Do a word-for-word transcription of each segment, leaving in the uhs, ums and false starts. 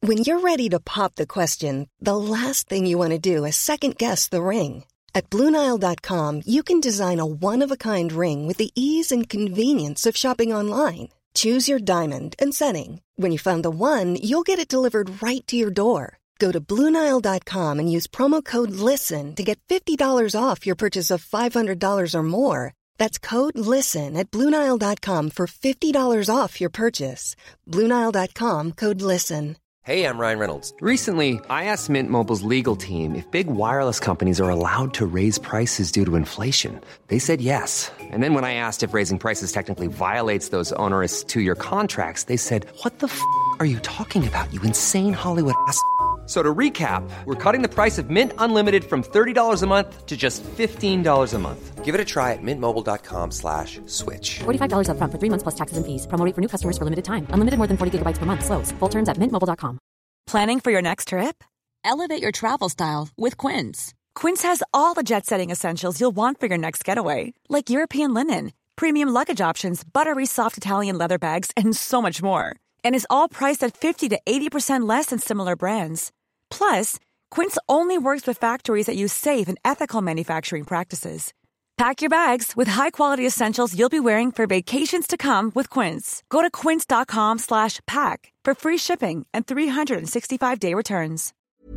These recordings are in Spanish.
When you're ready to pop the question, the last thing you want to do is second-guess the ring. At Blue Nile dot com, you can design a one-of-a-kind ring with the ease and convenience of shopping online. Choose your diamond and setting. When you find the one, you'll get it delivered right to your door. Go to Blue Nile dot com and use promo code LISTEN to get fifty dollars off your purchase of five hundred dollars or more. That's code LISTEN at Blue Nile dot com for fifty dollars off your purchase. Blue Nile dot com, code LISTEN. Hey, I'm Ryan Reynolds. Recently, I asked Mint Mobile's legal team if big wireless companies are allowed to raise prices due to inflation. They said yes. And then when I asked if raising prices technically violates those onerous two-year contracts, they said, what the f*** are you talking about, you insane Hollywood ass f- So to recap, we're cutting the price of Mint Unlimited from thirty dollars a month to just fifteen dollars a month. Give it a try at mintmobile.com slash switch. forty-five dollars up front for three months plus taxes and fees. Promo rate for new customers for limited time. Unlimited more than forty gigabytes per month. Slows full terms at mint mobile dot com. Planning for your next trip? Elevate your travel style with Quince. Quince has all the jet-setting essentials you'll want for your next getaway, like European linen, premium luggage options, buttery soft Italian leather bags, and so much more. And is all priced at fifty to eighty percent less than similar brands. Plus, Quince only works with factories that use safe and ethical manufacturing practices. Pack your bags with high-quality essentials you'll be wearing for vacations to come with Quince. Go to quince.com slash pack for free shipping and three sixty-five day returns.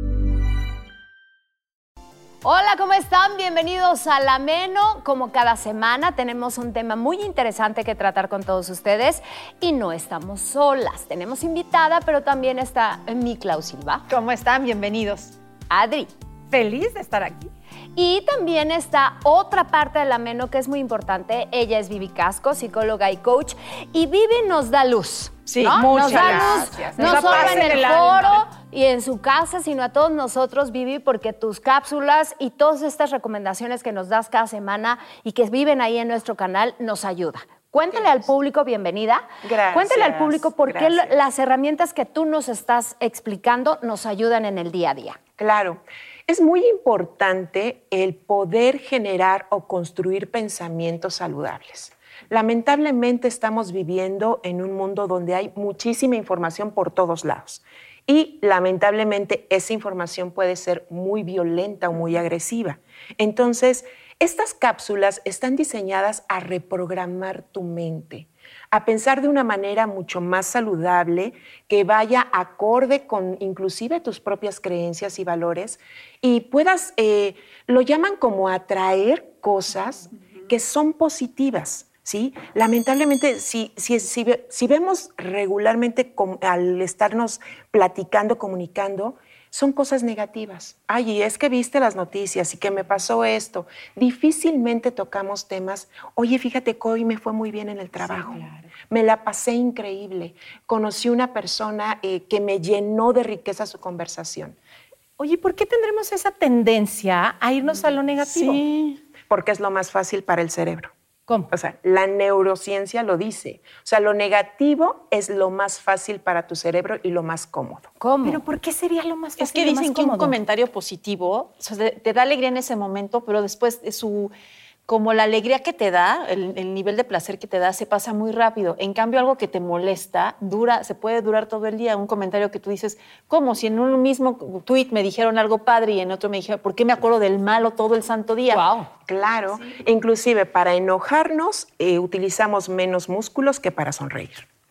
Hola, ¿cómo están? Bienvenidos al Ameno. Como cada semana tenemos un tema muy interesante que tratar con todos ustedes y no estamos solas. Tenemos invitada, pero también está mi Clau Silva. ¿Cómo están? Bienvenidos. Adri. Feliz de estar aquí. Y también está otra parte del Ameno que es muy importante. Ella es Vivi Casco, psicóloga y coach. Y Vivi nos da luz. Sí, ¿no? muchas nos da gracias. luz, Nos no da solo paz en en el el foro alma. y en su casa, sino a todos nosotros, Vivi, porque tus cápsulas y todas estas recomendaciones que nos das cada semana y que viven ahí en nuestro canal nos ayuda. Cuéntale al público, bienvenida. Gracias. Cuéntale al público por qué gracias. las herramientas que tú nos estás explicando nos ayudan en el día a día. Claro. Es muy importante el poder generar o construir pensamientos saludables. Lamentablemente estamos viviendo en un mundo donde hay muchísima información por todos lados y lamentablemente esa información puede ser muy violenta o muy agresiva. Entonces, estas cápsulas están diseñadas a reprogramar tu mente, a pensar de una manera mucho más saludable, que vaya acorde con inclusive tus propias creencias y valores y puedas, eh, lo llaman como atraer cosas que son positivas, ¿sí? Lamentablemente, si, si, si, si vemos regularmente com, al estarnos platicando, comunicando, son cosas negativas. Ay, y es que viste las noticias y que me pasó esto. Difícilmente tocamos temas, oye, fíjate que hoy me fue muy bien en el trabajo. Sí, claro. Me la pasé increíble. Conocí una persona eh, que me llenó de riqueza su conversación. Oye, ¿por qué tendremos esa tendencia a irnos a lo negativo? Sí, porque es lo más fácil para el cerebro. ¿Cómo? O sea, la neurociencia lo dice. O sea, lo negativo es lo más fácil para tu cerebro y lo más cómodo. ¿Cómo? ¿Pero por qué sería lo más fácil? Es que dicen que un comentario positivo, o sea, te, te da alegría en ese momento, pero después de su, como la alegría que te da, el, el nivel de placer que te da, se pasa muy rápido. En cambio, algo que te molesta, dura, se puede durar todo el día. Un comentario que tú dices, ¿cómo? Si en un mismo tuit me dijeron algo padre y en otro me dijeron, ¿por qué me acuerdo del malo todo el santo día? Wow. Claro. Sí. Inclusive, para enojarnos, eh, utilizamos menos músculos que para sonreír.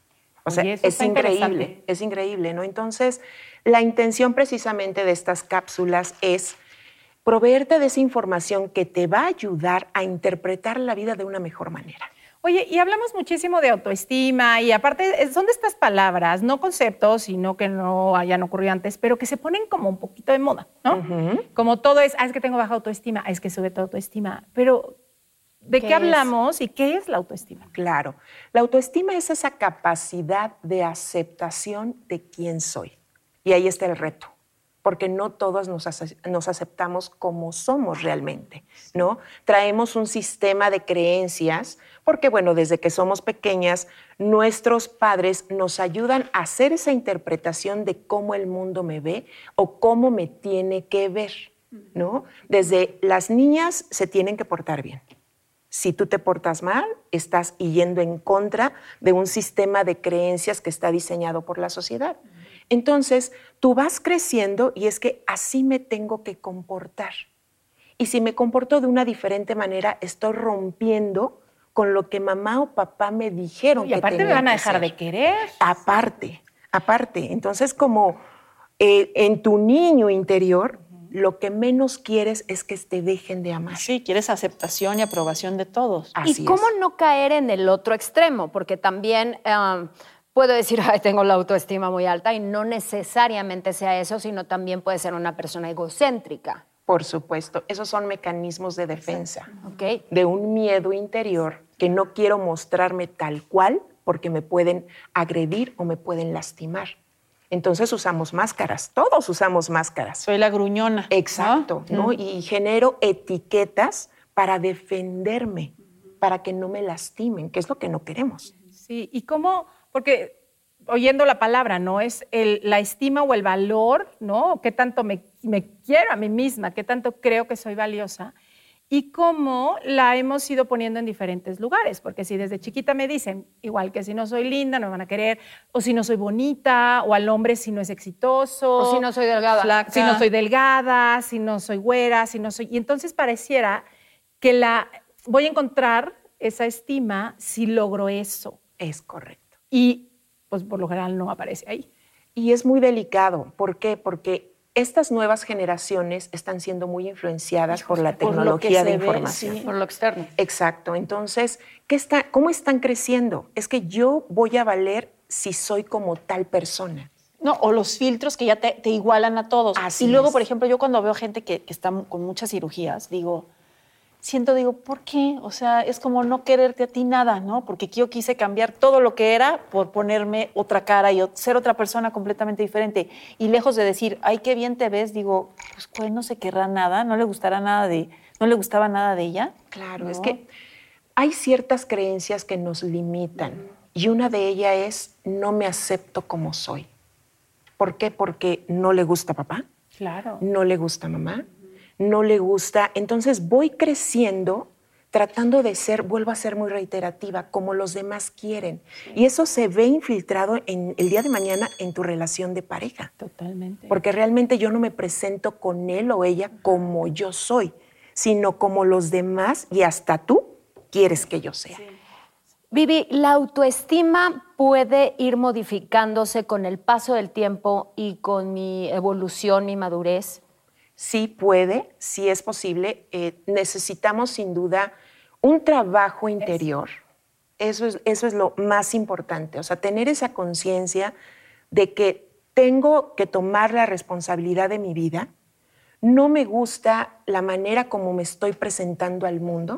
O sea, Oye, es increíble, es increíble, ¿no? Entonces, la intención precisamente de estas cápsulas es proveerte de esa información que te va a ayudar a interpretar la vida de una mejor manera. Oye, y hablamos muchísimo de autoestima y aparte son de estas palabras, no conceptos, sino que no hayan ocurrido antes, pero que se ponen como un poquito de moda, ¿no? Uh-huh. Como todo es, ah, es que tengo baja autoestima, es que sube tu autoestima, pero ¿de qué, qué hablamos y qué es la autoestima? Claro, la autoestima es esa capacidad de aceptación de quién soy. Y ahí está el reto, porque no todos nos, ace- nos aceptamos como somos realmente, ¿no? Traemos un sistema de creencias, porque, bueno, desde que somos pequeñas, nuestros padres nos ayudan a hacer esa interpretación de cómo el mundo me ve o cómo me tiene que ver, ¿no? Desde las niñas se tienen que portar bien. Si tú te portas mal, estás yendo en contra de un sistema de creencias que está diseñado por la sociedad. Entonces, tú vas creciendo y es que así me tengo que comportar. Y si me comporto de una diferente manera, estoy rompiendo con lo que mamá o papá me dijeron. Y que aparte tenía me van a que dejar ser. de querer. Aparte, aparte. Entonces, como eh, en tu niño interior, lo que menos quieres es que te dejen de amar. Sí, quieres aceptación y aprobación de todos. Así ¿Y cómo es. no caer en el otro extremo? Porque también um, puedo decir, ay, tengo la autoestima muy alta y no necesariamente sea eso, sino también puede ser una persona egocéntrica. Por supuesto, esos son mecanismos de defensa, ¿Ok? de un miedo interior que no quiero mostrarme tal cual porque me pueden agredir o me pueden lastimar. Entonces usamos máscaras, todos usamos máscaras. Soy la gruñona. Exacto, ¿no? ¿no? Y genero etiquetas para defenderme, para que no me lastimen, que es lo que no queremos. Sí, y cómo, porque oyendo la palabra, ¿no? Es el, la estima o el valor, ¿no? ¿Qué tanto me, me quiero a mí misma? ¿Qué tanto creo que soy valiosa? Y cómo la hemos ido poniendo en diferentes lugares, porque si desde chiquita me dicen, igual que si no soy linda, no me van a querer, o si no soy bonita, o al hombre si no es exitoso. O si no soy delgada. Flaca. Si no soy delgada, si no soy güera, si no soy... Y entonces pareciera que la voy a encontrar esa estima si logro eso. Es correcto. Y pues por lo general no aparece ahí. Y es muy delicado. ¿Por qué? Porque estas nuevas generaciones están siendo muy influenciadas por la Por lo que tecnología se de ve, información. sí. Por lo externo. Exacto. Entonces, ¿qué está, ¿cómo están creciendo? Es que yo voy a valer si soy como tal persona. No, o los filtros que ya te, te igualan a todos. Así y luego, es. por ejemplo, yo cuando veo gente que, que está con muchas cirugías, digo, siento, digo, ¿por qué? O sea, es como no quererte a ti nada, ¿no? Porque yo quise cambiar todo lo que era por ponerme otra cara y ser otra persona completamente diferente. Y lejos de decir, ay, qué bien te ves, digo, pues, pues no se querrá nada, no le gustará nada de, no le gustaba nada de ella. Claro, ¿no? es que hay ciertas creencias que nos limitan y una de ellas es no me acepto como soy. ¿Por qué? Porque no le gusta papá, Claro. no le gusta mamá, no le gusta. Entonces voy creciendo tratando de ser, vuelvo a ser muy reiterativa, como los demás quieren. Y eso se ve infiltrado en el día de mañana en tu relación de pareja. Totalmente. Porque realmente yo no me presento con él o ella como yo soy, sino como los demás y hasta tú quieres que yo sea. Vivi, ¿la autoestima puede ir modificándose con el paso del tiempo y con mi evolución, mi madurez? Sí puede, sí es posible. Eh, necesitamos sin duda un trabajo interior. Eso es, eso es lo más importante. O sea, tener esa conciencia de que tengo que tomar la responsabilidad de mi vida. No me gusta la manera como me estoy presentando al mundo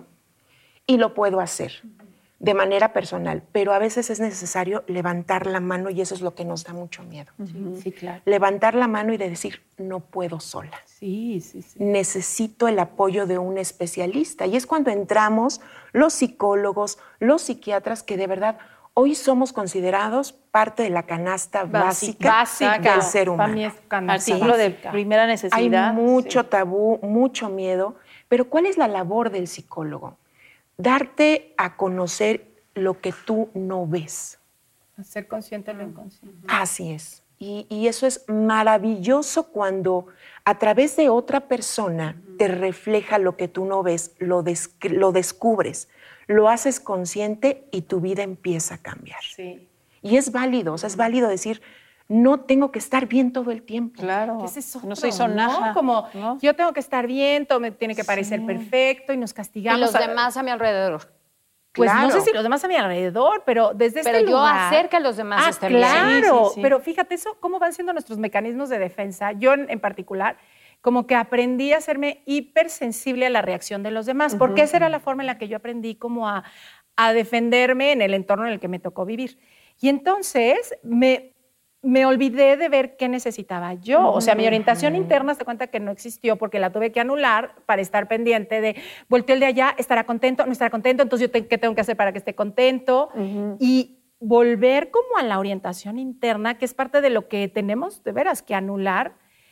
y lo puedo hacer de manera personal, pero a veces es necesario levantar la mano y eso es lo que nos da mucho miedo. Sí, sí, claro. Levantar la mano y de decir, no puedo sola. Sí, sí, sí. Necesito el apoyo de un especialista. Y es cuando entramos los psicólogos, los psiquiatras, que de verdad hoy somos considerados parte de la canasta básica, Básica. del ser humano. Para mí es canasta Artículo de básica. primera Hay necesidad. mucho Sí. tabú, mucho miedo, pero ¿cuál es la labor del psicólogo? Darte a conocer lo que tú no ves. Ser consciente de lo inconsciente. Así es. Y, y eso es maravilloso cuando a través de otra persona te refleja lo que tú no ves, lo, des- lo descubres, lo haces consciente y tu vida empieza a cambiar. Sí. Y es válido, o sea, es válido decir, no tengo que estar bien todo el tiempo. Claro. Ese es otro, no soy sonaja. ¿no? Como ¿no? yo tengo que estar bien, todo me tiene que parecer perfecto y nos Y castigamos. los a- demás a mi alrededor. Pues no Claro. sé si los demás a mi alrededor, pero desde Pero este yo lugar... hacer que los demás ah, estén bien. claro, Sí, sí, sí. pero fíjate eso, cómo van siendo nuestros mecanismos de defensa. Yo en, en particular, como que aprendí a hacerme hipersensible a la reacción de los demás, porque esa era la forma en la que yo aprendí como a, a defenderme en el entorno en el que me tocó vivir. Y entonces me... me olvidé de ver qué necesitaba yo. O sea, mi orientación interna, se cuenta que no existió porque la tuve que anular para estar pendiente de, volteó el de allá, estará contento, no estará contento, entonces yo te- qué tengo que hacer para que esté contento. Y volver como a la orientación interna, que es parte de lo que tenemos de veras que anular,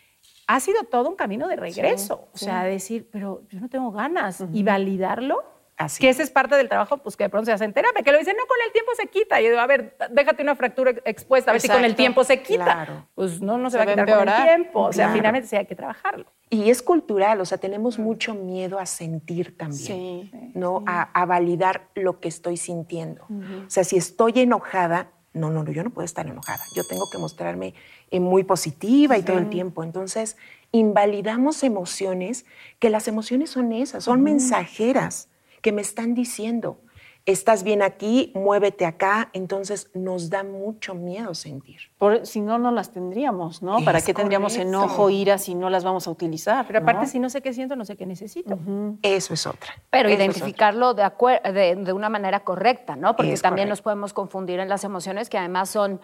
ha sido todo un camino de regreso. Sí, o sea, decir, pero yo no tengo ganas. Y validarlo. Así. Que ese es parte del trabajo, pues que de pronto se hace en terapia, que lo dicen, no, con el tiempo se quita. Y yo digo, a ver, déjate una fractura expuesta, a ver Exacto. si con el tiempo se quita. Claro. Pues no, no se, Se va a va a quitar con el empeorar. tiempo. O sea, Claro. finalmente sí hay que trabajarlo. Y es cultural, o sea, tenemos mucho miedo a sentir también, Sí, ¿no? A, a validar lo que estoy sintiendo. O sea, si estoy enojada, no, no, no, yo no puedo estar enojada. Yo tengo que mostrarme eh, muy positiva y todo el tiempo. Entonces, invalidamos emociones, que las emociones son esas, son mensajeras que me están diciendo, estás bien aquí, muévete acá. Entonces, nos da mucho miedo sentir. Por, si no, no las tendríamos, ¿no? ¿Para Es qué tendríamos correcto. enojo, ira, si no las vamos a utilizar? Pero aparte, ¿no? si no sé qué siento, no sé qué necesito. Eso es otra. Pero Eso es identificarlo de, acuer- de, de una manera correcta, ¿no? Porque Es también correcto. nos podemos confundir en las emociones que además son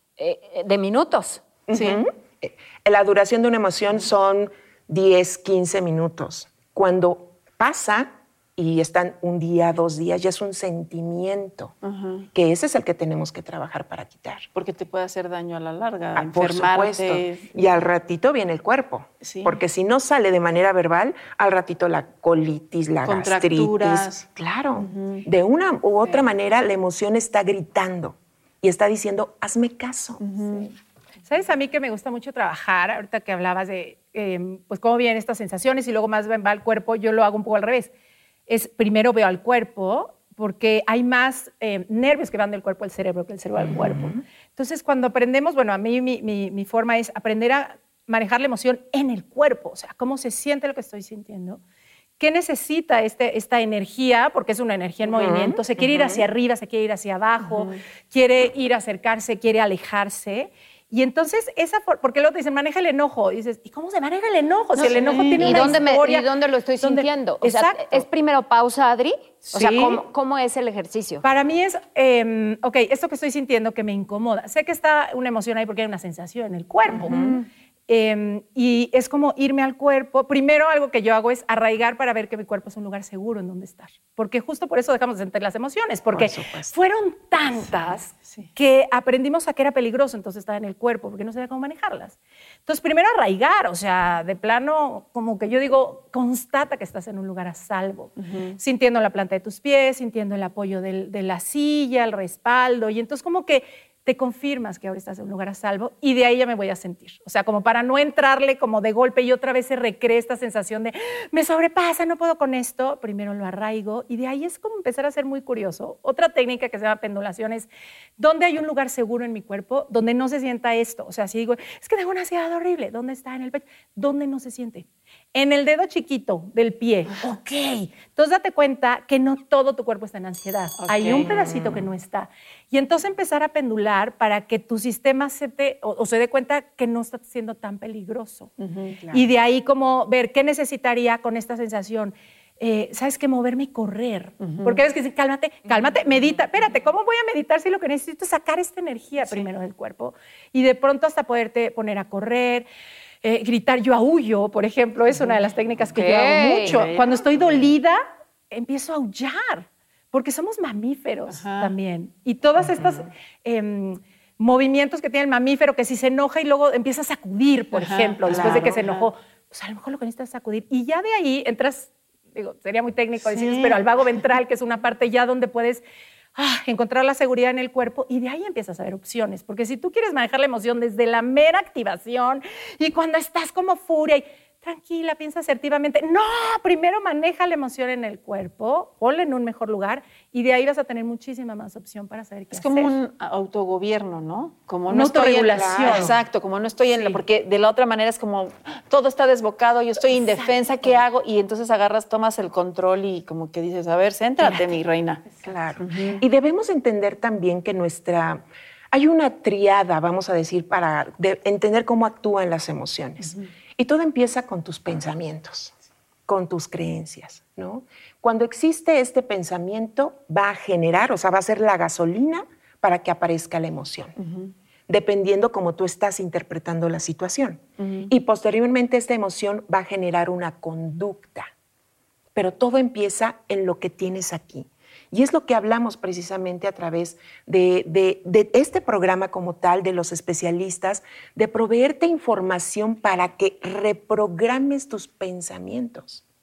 eh, de minutos. Sí. Eh, La duración de una emoción son diez, quince minutos. Cuando pasa y están un día, dos días, ya es un sentimiento, que ese es el que tenemos que trabajar para quitar. Porque te puede hacer daño a la larga, Ah, por enfermarte. supuesto. Y al ratito viene el cuerpo. Sí. Porque si no sale de manera verbal, al ratito la colitis, la Contracturas. gastritis. Claro. De una u otra manera, la emoción está gritando y está diciendo, hazme caso. ¿Sabes? A mí que me gusta mucho trabajar, ahorita que hablabas de eh, pues cómo vienen estas sensaciones y luego más va al cuerpo, yo lo hago un poco al revés. Es primero veo al cuerpo, porque hay más eh, nervios que van del cuerpo al cerebro que el cerebro al cuerpo. Entonces, cuando aprendemos, bueno, a mí mi, mi, mi forma es aprender a manejar la emoción en el cuerpo, o sea, cómo se siente lo que estoy sintiendo. ¿Qué necesita este, esta energía? Porque es una energía en uh-huh, movimiento. Se quiere uh-huh. ir hacia arriba, se quiere ir hacia abajo, uh-huh. quiere ir a acercarse, quiere alejarse. Y entonces, esa for- porque luego te dicen, maneja el enojo. Y dices, ¿y cómo se maneja el enojo? No si el sé. enojo tiene ¿Y una dónde historia. Me, ¿Y dónde lo estoy ¿Dónde? sintiendo? O sea, Exacto. ¿es primero pausa, Adri? O Sí. sea, ¿cómo, ¿cómo es el ejercicio? Para mí es, eh, ok, esto que estoy sintiendo que me incomoda. Sé que está una emoción ahí porque hay una sensación en el cuerpo. Uh-huh. Eh, y es como irme al cuerpo. Primero, algo que yo hago es arraigar para ver que mi cuerpo es un lugar seguro en donde estar. Porque justo por eso dejamos de sentir las emociones, porque por fueron tantas sí, sí. que aprendimos a que era peligroso entonces estar en el cuerpo, porque no sabía cómo manejarlas. Entonces, primero arraigar, o sea, de plano, como que yo digo, constata que estás en un lugar a salvo, uh-huh. sintiendo la planta de tus pies, sintiendo el apoyo del, de la silla, el respaldo, y entonces como que te confirmas que ahora estás en un lugar a salvo y de ahí ya me voy a sentir. O sea, como para no entrarle como de golpe y otra vez se recrea esta sensación de me sobrepasa, no puedo con esto. Primero lo arraigo y de ahí es como empezar a ser muy curioso. Otra técnica que se llama pendulación es ¿dónde hay un lugar seguro en mi cuerpo donde no se sienta esto? O sea, si digo, es que tengo una ansiedad horrible, ¿dónde está? En el pecho. ¿Dónde no se siente? En el dedo chiquito del pie. Ok. Entonces date cuenta que no todo tu cuerpo está en ansiedad. Okay. Hay un pedacito que no está. Y entonces empezar a pendular para que tu sistema acepte o, o se dé cuenta que no está siendo tan peligroso. Uh-huh, claro. Y de ahí como ver qué necesitaría con esta sensación. Eh, ¿Sabes qué? Moverme y correr. Uh-huh. Porque ves que dicen, cálmate, cálmate, medita. Espérate, ¿cómo voy a meditar si lo que necesito es sacar esta energía sí. primero del cuerpo? Y de pronto hasta poderte poner a correr. Eh, gritar yo aúllo, por ejemplo, es una de las técnicas que okay. yo hago mucho. Yeah. Cuando estoy dolida, empiezo a aullar, porque somos mamíferos Ajá. también. Y todas uh-huh. estas eh, movimientos que tiene el mamífero, que si se enoja y luego empieza a sacudir, por Ajá, ejemplo, después claro, de que se enojó, pues a lo mejor lo que necesitas es sacudir. Y ya de ahí entras, digo, sería muy técnico sí. decir, pero al vago ventral, que es una parte ya donde puedes ah, encontrar la seguridad en el cuerpo y de ahí empiezas a ver opciones. Porque si tú quieres manejar la emoción desde la mera activación y cuando estás como furia y tranquila, piensa asertivamente. No, primero maneja la emoción en el cuerpo, ponla en un mejor lugar y de ahí vas a tener muchísima más opción para saber qué es hacer. Es como un autogobierno, ¿no? Como una no autorregulación. La, exacto, como no estoy sí. en la... Porque de la otra manera es como todo está desbocado, yo estoy exacto. indefensa, ¿qué hago? Y entonces agarras, tomas el control y como que dices, a ver, céntrate, Fíjate. mi reina. Claro. Uh-huh. Y debemos entender también que nuestra... Hay una triada, vamos a decir, para de entender cómo actúan las emociones. Uh-huh. Y todo empieza con tus pensamientos, con tus creencias, ¿no? Cuando existe este pensamiento, va a generar, o sea, va a ser la gasolina para que aparezca la emoción, uh-huh. dependiendo cómo tú estás interpretando la situación. Uh-huh. Y posteriormente esta emoción va a generar una conducta. Pero todo empieza en lo que tienes aquí. Y es lo que hablamos precisamente a través de, de, de este programa como tal, de los especialistas, de proveerte información para que reprogrames tus pensamientos.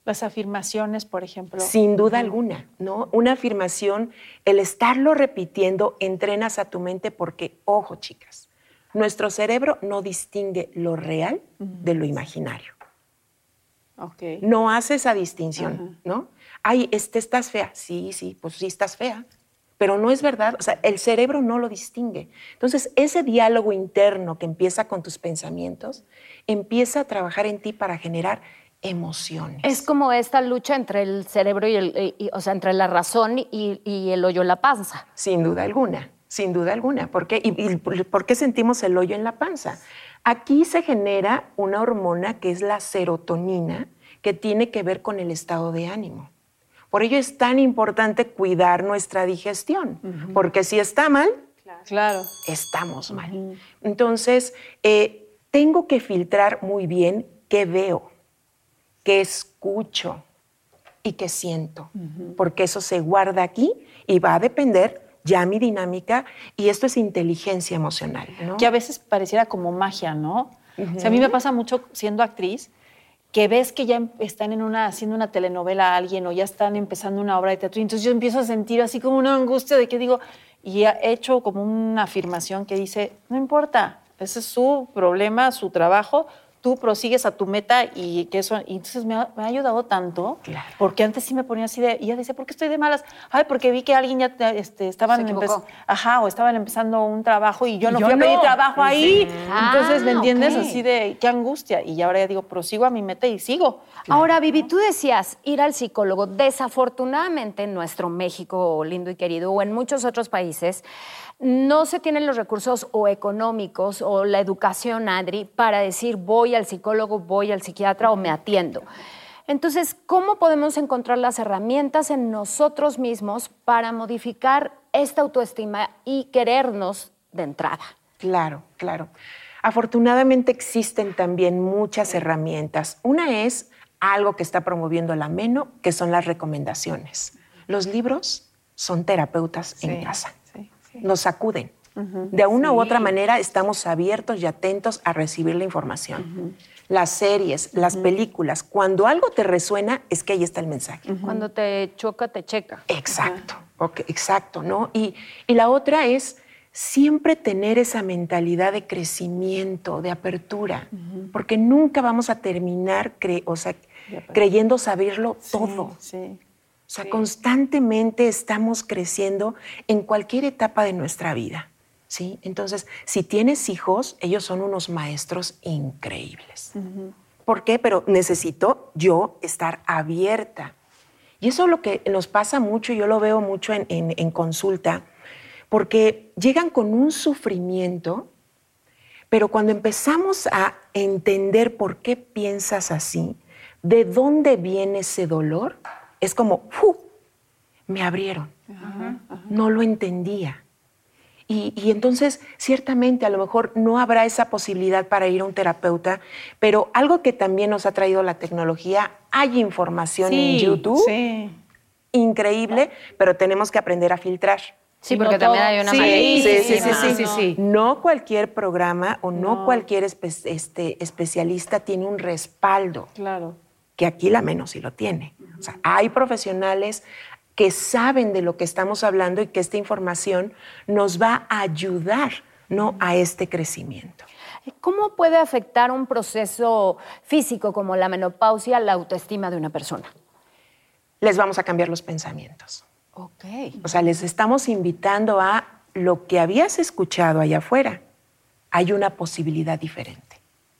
Las afirmaciones, por ejemplo. Sin duda uh-huh. alguna, ¿no? Una afirmación, el estarlo repitiendo, entrenas a tu mente porque, ojo, chicas, nuestro cerebro no distingue lo real uh-huh. de lo imaginario. Okay. No hace esa distinción, uh-huh. ¿no? Ay, este, estás fea. Sí, sí, pues sí estás fea. Pero no es verdad, o sea, el cerebro no lo distingue. Entonces, ese diálogo interno que empieza con tus pensamientos, empieza a trabajar en ti para generar emociones. Es como esta lucha entre el cerebro y el, y, o sea, entre la razón y, y el hoyo en la panza. Sin duda alguna, sin duda alguna. ¿Por qué? ¿Y, y por qué sentimos el hoyo en la panza? Aquí se genera una hormona que es la serotonina, que tiene que ver con el estado de ánimo. Por ello es tan importante cuidar nuestra digestión, uh-huh. porque si está mal, claro. estamos mal. Uh-huh. Entonces, eh, tengo que filtrar muy bien qué veo, qué escucho y qué siento, uh-huh. porque eso se guarda aquí y va a depender ya mi dinámica, y esto es inteligencia emocional, ¿no? Que a veces pareciera como magia, ¿no? Uh-huh. O sea, a mí me pasa mucho siendo actriz, que ves que ya están en una, haciendo una telenovela a alguien o ya están empezando una obra de teatro, y entonces yo empiezo a sentir así como una angustia de que digo, y he hecho como una afirmación que dice, no importa, ese es su problema, su trabajo, tú prosigues a tu meta y que eso, y entonces me ha, me ha ayudado tanto, claro. porque antes sí me ponía así de, y ella decía, ¿por qué estoy de malas? Ay, porque vi que alguien ya este, estaban empezando, ajá, o estaban empezando un trabajo y yo no y yo fui a pedir no. trabajo ahí, sí. entonces, ¿me entiendes? Okay. Así de, qué angustia, y ahora ya digo, prosigo a mi meta y sigo. Claro. Ahora, Vivi, tú decías ir al psicólogo. Desafortunadamente en nuestro México lindo y querido, o en muchos otros países, no se tienen los recursos o económicos o la educación, Adri, para decir voy al psicólogo, voy al psiquiatra o me atiendo. Entonces, ¿cómo podemos encontrar las herramientas en nosotros mismos para modificar esta autoestima y querernos de entrada? Claro, claro. Afortunadamente existen también muchas herramientas. Una es algo que está promoviendo la Meno, que son las recomendaciones. Los libros son terapeutas sí. en casa. Nos sacuden. Uh-huh. De una sí. u otra manera estamos abiertos y atentos a recibir la información. Uh-huh. Las series, las uh-huh. películas, cuando algo te resuena es que ahí está el mensaje. Uh-huh. Cuando te choca, te checa. Exacto, uh-huh. okay, exacto, ¿no? Y, y la otra es siempre tener esa mentalidad de crecimiento, de apertura, uh-huh. porque nunca vamos a terminar cre- o sea, creyendo saberlo sí, todo. Sí. O sea, sí. constantemente estamos creciendo en cualquier etapa de nuestra vida, ¿sí? Entonces, si tienes hijos, ellos son unos maestros increíbles. Uh-huh. ¿Por qué? Pero necesito yo estar abierta. Y eso es lo que nos pasa mucho, yo lo veo mucho en, en, en consulta, porque llegan con un sufrimiento, pero cuando empezamos a entender por qué piensas así, de dónde viene ese dolor, es como, ¡fu! Me abrieron. Ajá, ajá. No lo entendía. Y, y entonces, ciertamente, a lo mejor no habrá esa posibilidad para ir a un terapeuta, pero algo que también nos ha traído la tecnología, hay información sí, en YouTube, sí. increíble, pero tenemos que aprender a filtrar. Sí, porque no también hay una sí, sí, sí, sí, sí, sí, sí, sí. No cualquier programa o no, no cualquier espe- este, especialista tiene un respaldo. Claro. Que aquí la Meno sí lo tiene. O sea, hay profesionales que saben de lo que estamos hablando y que esta información nos va a ayudar, ¿no?, a este crecimiento. ¿Cómo puede afectar un proceso físico como la menopausia la autoestima de una persona? Les vamos a cambiar los pensamientos. Ok. O sea, les estamos invitando a lo que habías escuchado allá afuera. Hay una posibilidad diferente.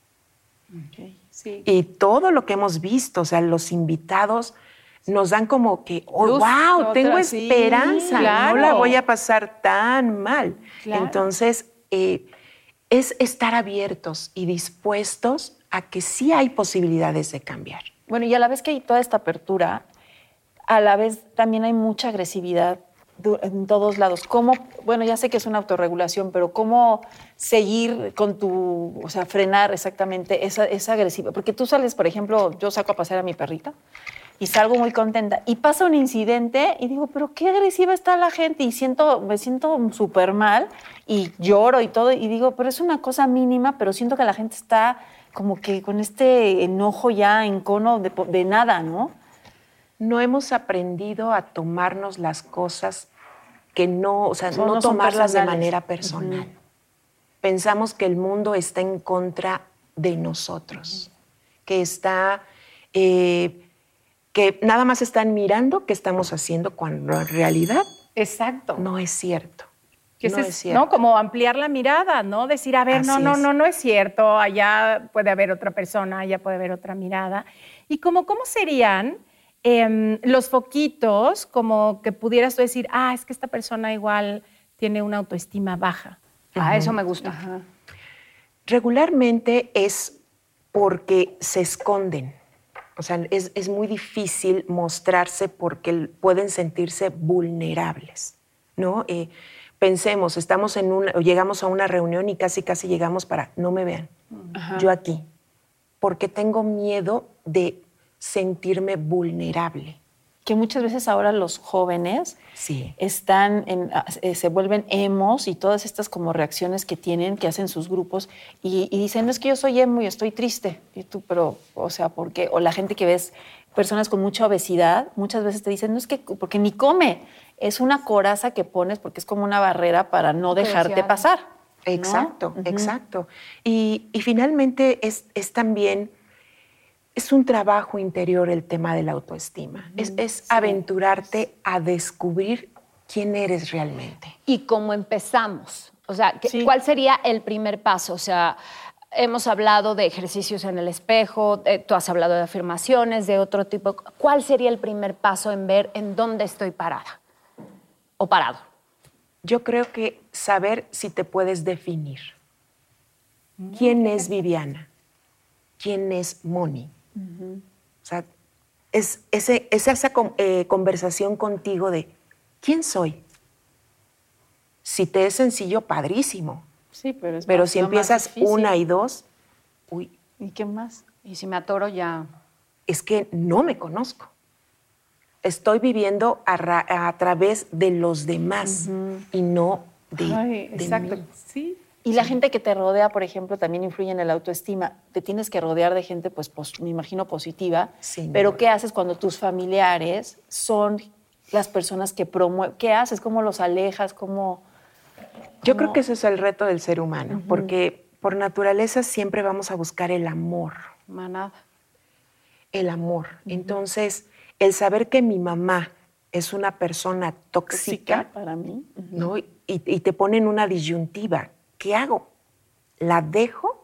Okay. Sí. Y todo lo que hemos visto, o sea, los invitados nos dan como que, oh, Luz, wow, otra, tengo esperanza, sí, claro. no la voy a pasar tan mal. Claro. Entonces, eh, es estar abiertos y dispuestos a que sí hay posibilidades de cambiar. Bueno, y a la vez que hay toda esta apertura, a la vez también hay mucha agresividad en todos lados. ¿Cómo, bueno, ya sé que es una autorregulación, pero cómo seguir con tu, o sea, frenar exactamente esa, esa agresividad? Porque tú sales, por ejemplo, yo saco a pasear a mi perrita y salgo muy contenta y pasa un incidente y digo, pero qué agresiva está la gente y siento, me siento súper mal y lloro y todo y digo, pero es una cosa mínima, pero siento que la gente está como que con este enojo ya en cono de, de nada, ¿no? No hemos aprendido a tomarnos las cosas que no, o sea, Son- no, no son tomarlas de personales. manera personal. Pensamos que el mundo está en contra de nosotros, que está, eh, que nada más están mirando qué estamos haciendo cuando en realidad Exacto. no es cierto. Que no ese es cierto. ¿no? Como ampliar la mirada, ¿no? Decir, a ver, no, Así no, es. no, no es cierto, allá puede haber otra persona, allá puede haber otra mirada. Y como, ¿cómo serían em, los foquitos como que pudieras tú decir, ah, es que esta persona igual tiene una autoestima baja? A eso me gusta. Regularmente es porque se esconden. O sea, es, es muy difícil mostrarse porque pueden sentirse vulnerables, ¿no? Eh, pensemos, estamos en una, o llegamos a una reunión y casi, casi llegamos para, no me vean, yo aquí, porque tengo miedo de sentirme vulnerable. Que muchas veces ahora los jóvenes Sí. están en, eh, se vuelven emos y todas estas como reacciones que tienen, que hacen sus grupos y, y dicen, no es que yo soy emo y estoy triste. Y tú, pero, o sea, ¿por qué? O la gente que ves, personas con mucha obesidad, muchas veces te dicen, no es que, porque ni come. Es una coraza que pones porque es como una barrera para no dejarte Obesidad. pasar. ¿no? Exacto, Ujú. exacto. Y, y finalmente es, es también, es un trabajo interior el tema de la autoestima. Es, es aventurarte a descubrir quién eres realmente. ¿Y cómo empezamos? O sea, ¿qué- Sí. ¿cuál sería el primer paso? O sea, hemos hablado de ejercicios en el espejo, eh, tú has hablado de afirmaciones, de otro tipo. ¿Cuál sería el primer paso en ver en dónde estoy parada o parado? Yo creo que saber si te puedes definir. ¿Quién es Viviana? ¿Quién es Moni? O sea, es, ese, es esa con- eh, conversación contigo de ¿quién soy? Si te es sencillo, padrísimo. Sí, pero es Pero más- si lo más empiezas difícil. una y dos, uy, ¿Y qué más? Y si me atoro ya... es que no me conozco. Estoy viviendo a, ra- a través de los demás y no de, Ay, de exacto. mí. Sí. Y la gente que te rodea, por ejemplo, también influye en el autoestima. Te tienes que rodear de gente, pues, pos- me imagino, positiva. Sin Pero duda. ¿qué haces cuando tus familiares son las personas que promueven? ¿Qué haces? ¿Cómo los alejas? ¿Cómo...? Yo creo que ese es el reto del ser humano, porque por naturaleza siempre vamos a buscar el amor, Manada. el amor. Entonces, el saber que mi mamá es una persona tóxica, para mí. ¿no? Y, y te ponen una disyuntiva. ¿Qué hago? ¿La dejo?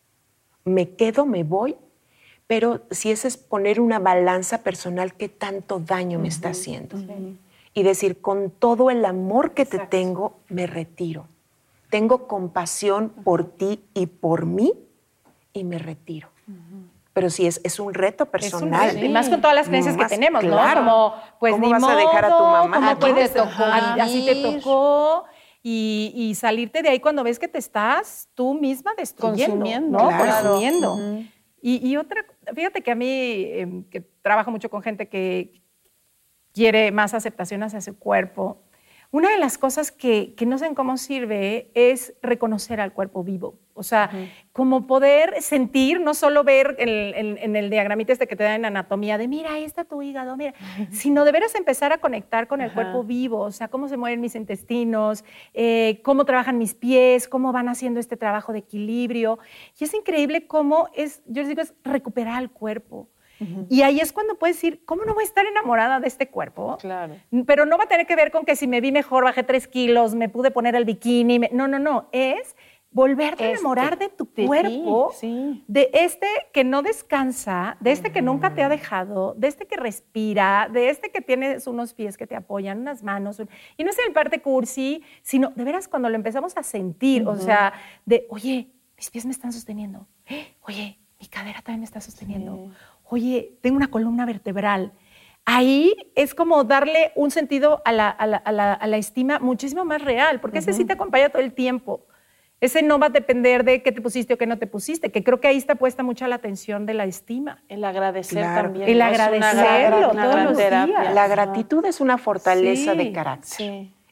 ¿Me quedo? ¿Me voy? Pero si ese es poner una balanza personal, ¿qué tanto daño me está haciendo? Y decir, con todo el amor que te tengo, me retiro. Tengo compasión por ti y por mí y me retiro. Pero sí, es, es un reto Es un personal. reto, y más con todas las creencias Más, que tenemos, claro. ¿no? Como, pues ¿Cómo ni vas a modo, dejar a tu mamá? ¿cómo ¿no? puedes, te tocó ajá, así te vivir? tocó, y, y salirte de ahí cuando ves que te estás tú misma destruyendo, Consumiendo, ¿no? claro. Consumiendo. Ujú. y, y otra, fíjate que a mí, eh, que trabajo mucho con gente que quiere más aceptación hacia su cuerpo, una de las cosas que, que no sé cómo sirve es reconocer al cuerpo vivo. O sea, como poder sentir, no solo ver el- en, en el diagramita este que te da en anatomía de mira, ahí está tu hígado, mira, sino de veras empezar a conectar con el cuerpo vivo, o sea, cómo se mueven mis intestinos, eh, cómo trabajan mis pies, cómo van haciendo este trabajo de equilibrio. Y es increíble cómo es, yo les digo, es recuperar el cuerpo. Y ahí es cuando puedes decir, ¿cómo no voy a estar enamorada de este cuerpo? Claro. Pero no va a tener que ver con que si me vi mejor, bajé tres kilos, me pude poner el bikini. me- No, no, no. Es volverte a Este, enamorar de tu de ti, cuerpo, sí. de este que no descansa, de este que nunca te ha dejado, de este que respira, de este que tienes unos pies que te apoyan, unas manos. un- Y no es en parte cursi, sino de veras cuando lo empezamos a sentir, o sea, de, oye, mis pies me están sosteniendo. ¡Eh! Oye, mi cadera también me está sosteniendo. Oye, tengo una columna vertebral. Ahí es como darle un sentido a la, a la- a la- a la estima muchísimo más real, porque ese sí te acompaña todo el tiempo. Ese no va a depender de qué te pusiste o qué no te pusiste, que creo que ahí está puesta mucha la atención de la estima. El agradecer Claro. también. El ¿no? Es una agradecerlo gran- una todos gran los terapia. días. La gratitud es una fortaleza Sí, de carácter. Sí.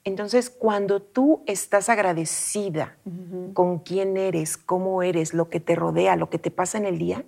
Entonces, cuando tú estás agradecida uh-huh. con quién eres, cómo eres, lo que te rodea, lo que te pasa en el día,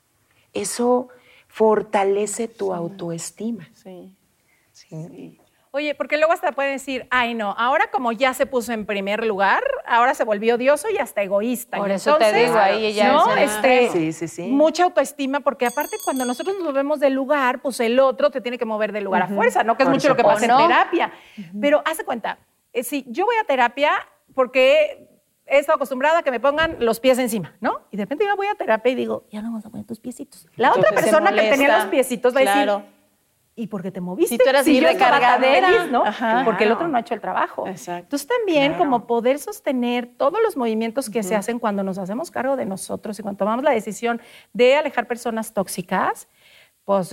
eso fortalece tu sí. autoestima. Sí. Sí. sí. Oye, porque luego hasta pueden decir, ay no, ahora como ya se puso en primer lugar, ahora se volvió odioso y hasta egoísta. Por y eso entonces, te digo, ahí ella ¿no? es este, sí, sí, sí. mucha autoestima, porque aparte cuando nosotros nos movemos del lugar, pues el otro te tiene que mover del lugar uh-huh. a fuerza, ¿no? Que es Por mucho supuesto. Lo que pasa ¿no? en terapia. Uh-huh. Pero haz de cuenta, eh, si yo voy a terapia porque he estado acostumbrada a que me pongan los pies encima, ¿no? Y de repente yo voy a terapia y digo, ya no vamos a poner tus piecitos. La entonces otra persona que tenía los piecitos va claro. a decir, ¿y por qué te moviste? Si tú eras si mi recargadera, feliz, ¿no? Ajá, porque claro. el otro no ha hecho el trabajo. Exacto. Entonces también claro. como poder sostener todos los movimientos que uh-huh. se hacen cuando nos hacemos cargo de nosotros y cuando tomamos la decisión de alejar personas tóxicas, pues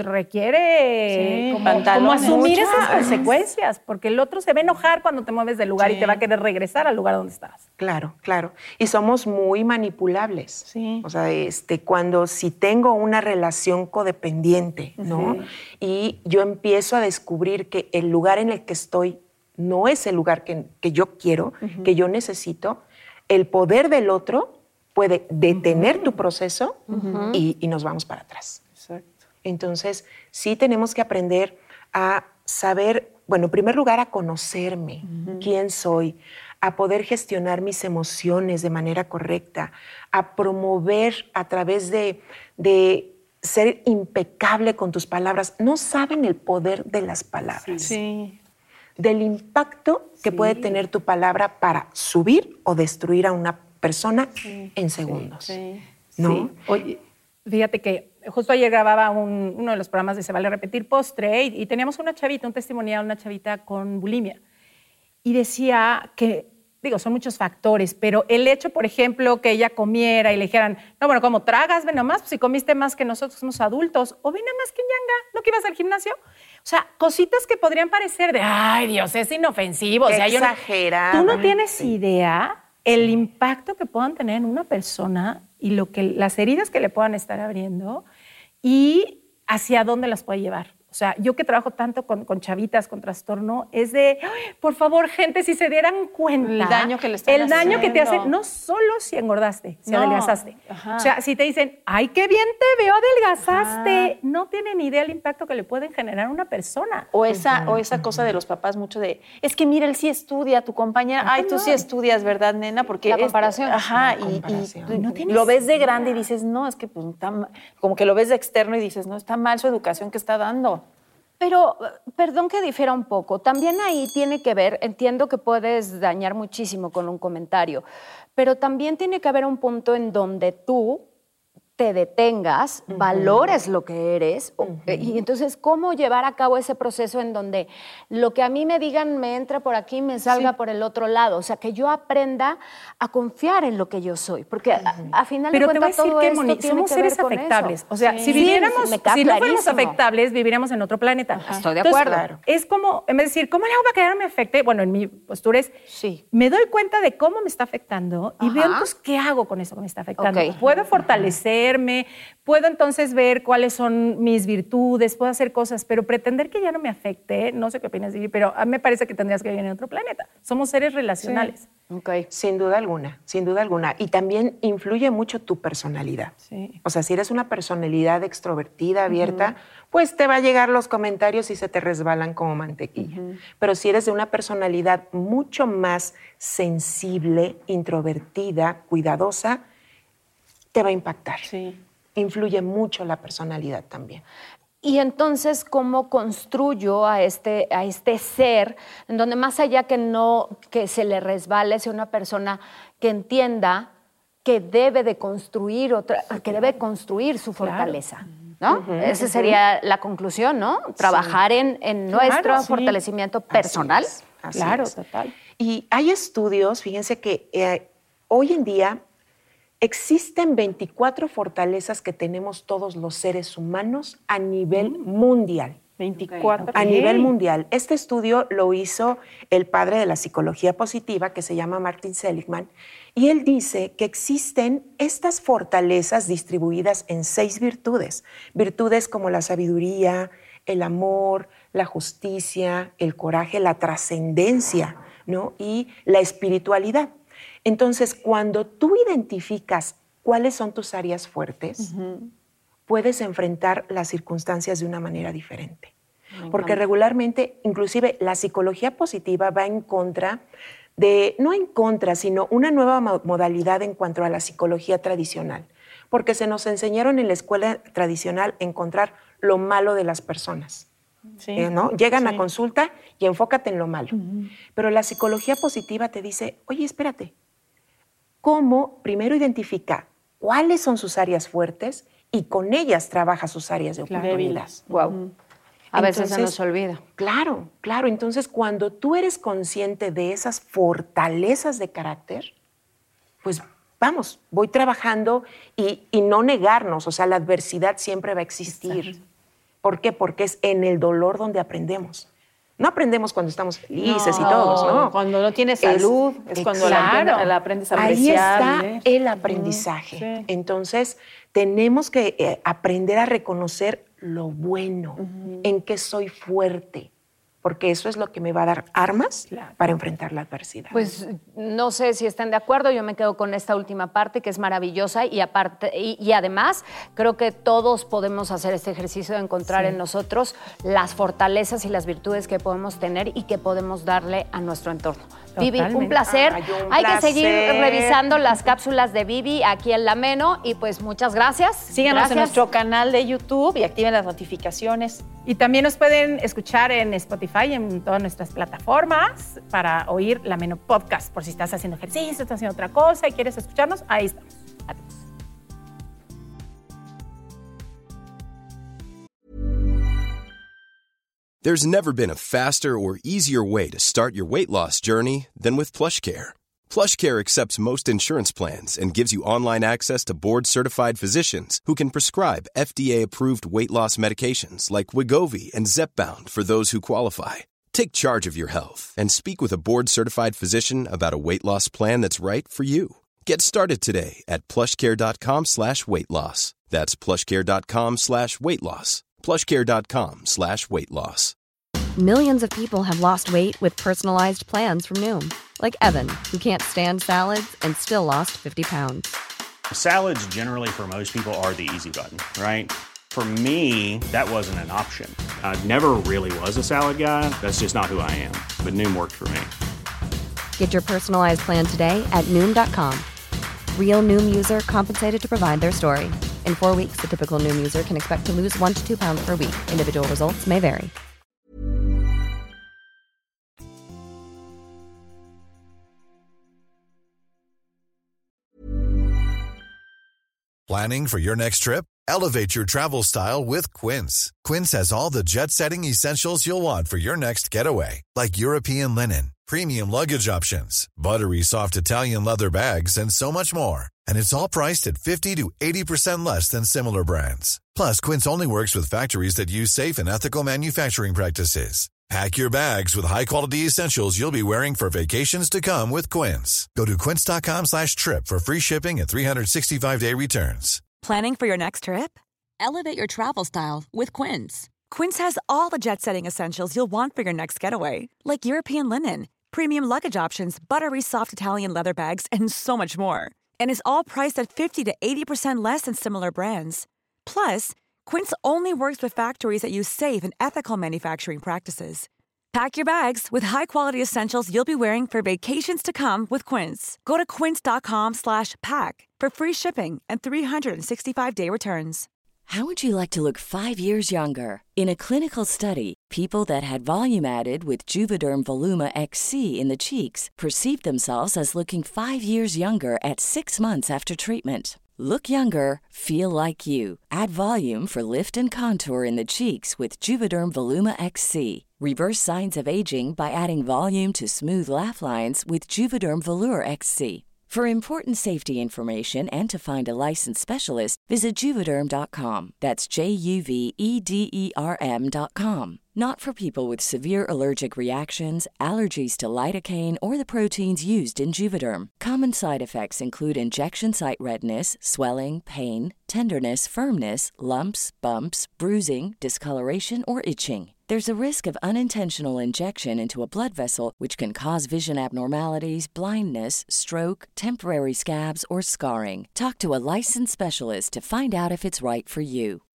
requiere sí, como, como asumir mucho. Esas consecuencias, porque el otro se va a enojar cuando te mueves del lugar sí. y te va a querer regresar al lugar donde estabas. Claro, claro. Y somos muy manipulables. Sí. O sea, este, cuando si tengo una relación codependiente, ¿no? Sí. Y yo empiezo a descubrir que el lugar en el que estoy no es el lugar que, que yo quiero, uh-huh. que yo necesito, el poder del otro puede detener uh-huh. tu proceso uh-huh. y, y nos vamos para atrás. Exacto. Entonces, sí tenemos que aprender a saber, bueno, en primer lugar, a conocerme, uh-huh. quién soy, a poder gestionar mis emociones de manera correcta, a promover a través de, de ser impecable con tus palabras. No saben el poder de las palabras, sí. del impacto que sí. puede tener tu palabra para subir o destruir a una persona sí. en segundos. Sí. ¿No? Sí. Oye, fíjate que justo ayer grababa un, uno de los programas de Se Vale Repetir Postre y, y teníamos una chavita, un testimonial, una chavita con bulimia. Y decía que, digo, son muchos factores, pero el hecho, por ejemplo, que ella comiera y le dijeran, no, bueno, ¿cómo tragas? Ve nomás, pues si comiste más que nosotros somos adultos, o ve nada más que ñanga, ¿no que ibas al gimnasio? O sea, cositas que podrían parecer de, ay, Dios, es inofensivo. Qué o sea, exagerada. Tú no tienes sí. idea el sí. impacto que puedan tener en una persona y lo que, las heridas que le puedan estar abriendo y hacia dónde las puede llevar. O sea, yo que trabajo tanto con, con chavitas con trastorno, es de, por favor, gente, si se dieran cuenta. El daño que le están El daño haciendo. que te hacen, no solo si engordaste, si no. adelgazaste. Ajá. O sea, si te dicen, ay, qué bien te veo, adelgazaste, Ajá. no tienen idea del impacto que le pueden generar a una persona. O esa, uh-huh. o esa cosa de los papás mucho de, es que mira, él sí estudia, tu compañera, ay, tú sí estudias, ¿verdad, nena? Porque la es, comparación. Ajá, la y, comparación. y no tienes lo ves de idea. grande y dices, no, es que pues está mal. Como que lo ves de externo y dices, no, está mal su educación que está dando. Pero, perdón que difiera un poco, también ahí tiene que ver, entiendo que puedes dañar muchísimo con un comentario, pero también tiene que haber un punto en donde tú te detengas, uh-huh. valores lo que eres, uh-huh. y entonces, ¿cómo llevar a cabo ese proceso en donde lo que a mí me digan me entra por aquí, me salga sí. por el otro lado? O sea, que yo aprenda a confiar en lo que yo soy, porque uh-huh. a, a final Pero de cuentas todo que, esto Moni, tiene somos que seres ver con afectables. eso. O sea, sí. si viviéramos, sí, si no fuéramos afectables, viviríamos en otro planeta. Ajá. Estoy de acuerdo. Entonces, claro. Es como, en vez de decir, ¿cómo le hago para que no me afecte? Bueno, en mi postura es, sí. me doy cuenta de cómo me está afectando y Ajá. veo entonces qué hago con eso que me está afectando. Okay. Puedo fortalecerme, puedo entonces ver cuáles son mis virtudes, puedo hacer cosas, pero pretender que ya no me afecte, no sé qué opinas, Vivi, pero a mí me parece que tendrías que vivir en otro planeta. Somos seres relacionales. Sí. Okay. Sin duda alguna, sin duda alguna. Y también influye mucho tu personalidad. Sí. O sea, si eres una personalidad extrovertida, abierta, uh-huh. pues te va a llegar los comentarios y se te resbalan como mantequilla. Uh-huh. Pero si eres de una personalidad mucho más sensible, introvertida, cuidadosa, te va a impactar. Sí. Influye mucho la personalidad también. Y entonces, ¿cómo construyo a este, a este ser en donde más allá que no que se le resbale, sea una persona que entienda que debe de construir otra, que debe construir su fortaleza, ¿no? Uh-huh, Esa uh-huh. sería la conclusión, ¿no? Trabajar sí. en, en claro, nuestro sí. fortalecimiento personal. Así es, así claro, es. total. Y hay estudios, fíjense que eh, hoy en día existen veinticuatro fortalezas que tenemos todos los seres humanos a nivel mm. mundial. veinticuatro. A nivel mundial. Este estudio lo hizo el padre de la psicología positiva, que se llama Martin Seligman, y él dice que existen estas fortalezas distribuidas en seis virtudes. Virtudes como la sabiduría, el amor, la justicia, el coraje, la trascendencia. ¿no? Y la espiritualidad. Entonces, cuando tú identificas cuáles son tus áreas fuertes, uh-huh. puedes enfrentar las circunstancias de una manera diferente. Porque regularmente, inclusive la psicología positiva va en contra de, no en contra, sino una nueva modalidad en cuanto a la psicología tradicional. Porque se nos enseñaron en la escuela tradicional a encontrar lo malo de las personas. Sí, eh, ¿no? Llegan sí. a consulta y enfócate en lo malo. Uh-huh. Pero la psicología positiva te dice, oye, espérate, ¿cómo primero identifica cuáles son sus áreas fuertes y con ellas trabaja sus áreas de oportunidad? Wow. Uh-huh. A Entonces, veces se nos olvida. Claro, claro. Entonces, cuando tú eres consciente de esas fortalezas de carácter, pues vamos, voy trabajando y, y no negarnos. O sea, la adversidad siempre va a existir. Exacto. ¿Por qué? Porque es en el dolor donde aprendemos. No aprendemos cuando estamos felices no, y todos, ¿no? Cuando no tienes salud, es, es cuando claro, la, la aprendes a apreciar. Ahí está el aprendizaje. Sí. Entonces, tenemos que eh, aprender a reconocer lo bueno, uh-huh. en qué soy fuerte, porque eso es lo que me va a dar armas claro. para enfrentar la adversidad. Pues no sé si están de acuerdo, yo me quedo con esta última parte que es maravillosa y, aparte, y, y además creo que todos podemos hacer este ejercicio de encontrar sí. en nosotros las fortalezas y las virtudes que podemos tener y que podemos darle a nuestro entorno. Totalmente. Vivi, un placer. Ay, un Hay placer. que seguir revisando las cápsulas de Vivi aquí en La Meno y pues muchas gracias. Síganos gracias. en nuestro canal de YouTube y activen las notificaciones. Y también nos pueden escuchar en Spotify y en todas nuestras plataformas para oír La Meno Podcast. Por si estás haciendo ejercicio, estás haciendo otra cosa y quieres escucharnos, ahí estamos. Adiós. There's never been a faster or easier way to start your weight loss journey than with PlushCare. PlushCare accepts most insurance plans and gives you online access to board-certified physicians who can prescribe F D A-approved weight loss medications like Wegovy and Zepbound for those who qualify. Take charge of your health and speak with a board-certified physician about a weight loss plan that's right for you. Get started today at plushcare.com slash weight loss. That's plushcare.com slash weight loss. plushcare.com slash weight loss. Millions of people have lost weight with personalized plans from Noom. Like Evan, who can't stand salads and still lost fifty pounds. Salads generally for most people are the easy button, right? For me, that wasn't an option. I never really was a salad guy. That's just not who I am. But Noom worked for me. Get your personalized plan today at Noom dot com. Real Noom user compensated to provide their story. In four weeks, the typical Noom user can expect to lose one to two pounds per week. Individual results may vary. Planning for your next trip? Elevate your travel style with Quince. Quince has all the jet-setting essentials you'll want for your next getaway, like European linen, premium luggage options, buttery soft Italian leather bags, and so much more. And it's all priced at fifty to eighty percent less than similar brands. Plus, Quince only works with factories that use safe and ethical manufacturing practices. Pack your bags with high-quality essentials you'll be wearing for vacations to come with Quince. Go to quince.com slash trip for free shipping and three sixty-five day returns. Planning for your next trip? Elevate your travel style with Quince. Quince has all the jet-setting essentials you'll want for your next getaway, like European linen, premium luggage options, buttery soft Italian leather bags, and so much more. And is all priced at fifty to eighty percent less than similar brands. Plus, Quince only works with factories that use safe and ethical manufacturing practices. Pack your bags with high-quality essentials you'll be wearing for vacations to come with Quince. Go to quince.com slash pack for free shipping and three sixty-five day returns. How would you like to look five years younger? In a clinical study, people that had volume added with Juvederm Voluma X C in the cheeks perceived themselves as looking five years younger at six months after treatment. Look younger, feel like you. Add volume for lift and contour in the cheeks with Juvederm Voluma X C. Reverse signs of aging by adding volume to smooth laugh lines with Juvederm Volure X C. For important safety information and to find a licensed specialist, visit Juvederm dot com. That's J U V E D E R M dot com. Not for people with severe allergic reactions, allergies to lidocaine, or the proteins used in Juvederm. Common side effects include injection site redness, swelling, pain, tenderness, firmness, lumps, bumps, bruising, discoloration, or itching. There's a risk of unintentional injection into a blood vessel, which can cause vision abnormalities, blindness, stroke, temporary scabs, or scarring. Talk to a licensed specialist to find out if it's right for you.